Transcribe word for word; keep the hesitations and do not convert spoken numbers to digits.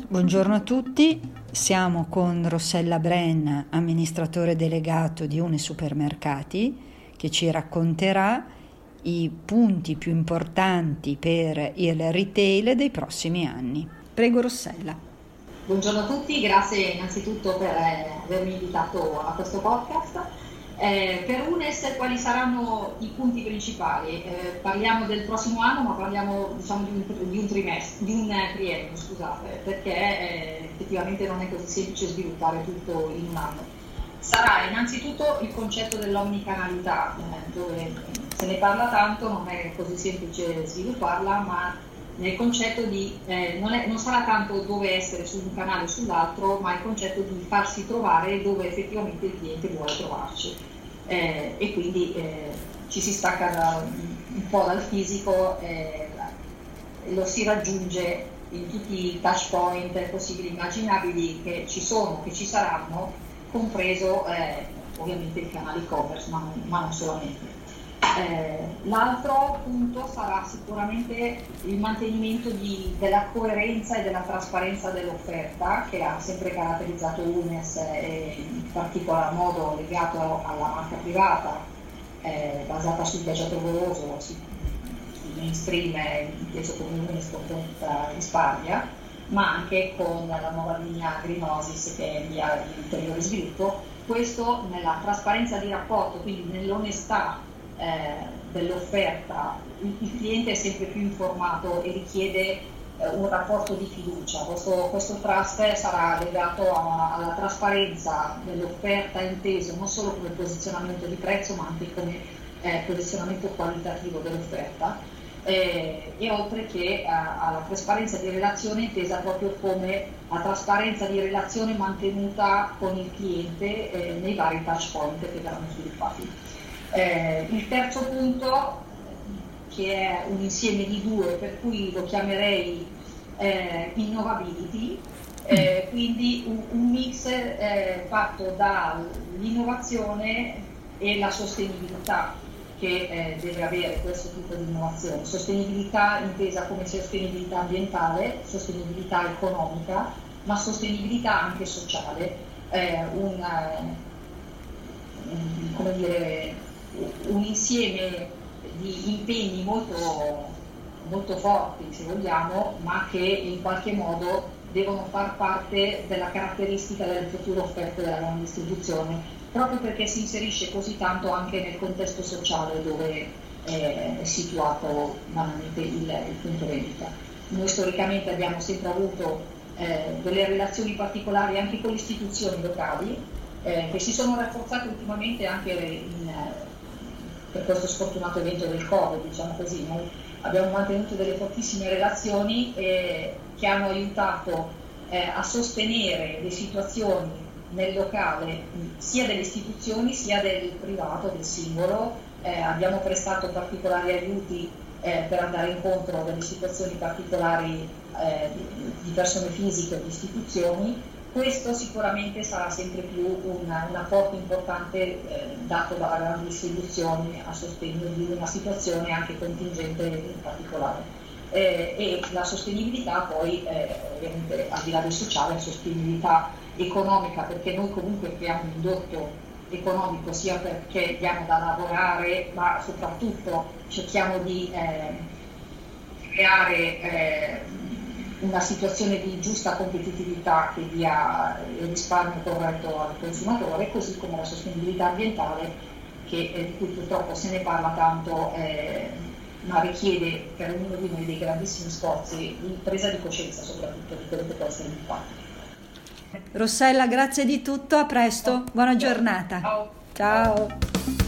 Buongiorno a tutti, siamo con Rossella Brenna, amministratore delegato di Unesupermercati, che ci racconterà i punti più importanti per il retail dei prossimi anni. Prego Rossella. Buongiorno a tutti, grazie innanzitutto per avermi invitato a questo podcast. Eh, per Unes quali saranno i punti principali? Eh, parliamo del prossimo anno, ma parliamo diciamo, di, un, di un trimestre, di un triennio, scusate, perché eh, effettivamente non è così semplice sviluppare tutto in un anno. Sarà innanzitutto il concetto dell'omnicanalità, eh, dove se ne parla tanto, non è così semplice svilupparla, ma nel concetto di eh, non, è, non sarà tanto dove essere su un canale o sull'altro, ma il concetto di farsi trovare dove effettivamente il cliente vuole trovarci. Eh, e quindi eh, ci si stacca da, un po' dal fisico e eh, lo si raggiunge in tutti i touch point possibili e immaginabili che ci sono, che ci saranno, compreso eh, ovviamente il canale e-commerce, ma, ma non solamente. Eh, l'altro punto sarà sicuramente il mantenimento di, della coerenza e della trasparenza dell'offerta che ha sempre caratterizzato Unes e in particolar modo legato alla marca privata eh, basata sul viaggiato goloso, sul mainstream inteso come Unes contenuta in Spagna, ma anche con la nuova linea Grinosis che è in via di ulteriore sviluppo. Questo nella trasparenza di rapporto, quindi nell'onestà Eh, dell'offerta, il, il cliente è sempre più informato e richiede eh, un rapporto di fiducia. Questo, questo trust sarà legato a, alla trasparenza dell'offerta inteso non solo come posizionamento di prezzo ma anche come eh, posizionamento qualitativo dell'offerta eh, e oltre che a, alla trasparenza di relazione intesa proprio come la trasparenza di relazione mantenuta con il cliente eh, nei vari touch point che verranno sviluppati. Eh, il terzo punto, che è un insieme di due, per cui lo chiamerei eh, innovability, eh, quindi un, un mix eh, fatto dall'innovazione e la sostenibilità che eh, deve avere questo tipo di innovazione. Sostenibilità intesa come sostenibilità ambientale, sostenibilità economica, ma sostenibilità anche sociale, eh, un, un, come dire, un insieme di impegni molto, molto forti, se vogliamo, ma che in qualche modo devono far parte della caratteristica delle future offerte della grande distribuzione, proprio perché si inserisce così tanto anche nel contesto sociale dove è situato banalmente il, il punto vendita. Noi storicamente abbiamo sempre avuto eh, delle relazioni particolari anche con le istituzioni locali eh, che si sono rafforzate ultimamente anche in per questo sfortunato evento del Covid, diciamo così. Noi abbiamo mantenuto delle fortissime relazioni eh, che hanno aiutato eh, a sostenere le situazioni nel locale sia delle istituzioni sia del privato, del singolo. Eh, abbiamo prestato particolari aiuti eh, per andare incontro a delle situazioni particolari eh, di persone fisiche o di istituzioni. Questo sicuramente sarà sempre più un, un apporto importante eh, dato dalla grande distribuzione a sostegno di una situazione anche contingente in particolare. Eh, e la sostenibilità poi, eh, ovviamente al di là del sociale, la sostenibilità economica, perché noi comunque creiamo un indotto economico sia perché diamo da lavorare, ma soprattutto cerchiamo di eh, creare eh, una situazione di giusta competitività che dia il risparmio corretto al consumatore, così come la sostenibilità ambientale che, eh, di cui purtroppo se ne parla tanto, eh, ma richiede per ognuno di noi dei grandissimi sforzi di presa di coscienza soprattutto di quello che può essere l'impatto. Rossella, grazie di tutto, a presto, buona giornata. Ciao. Ciao.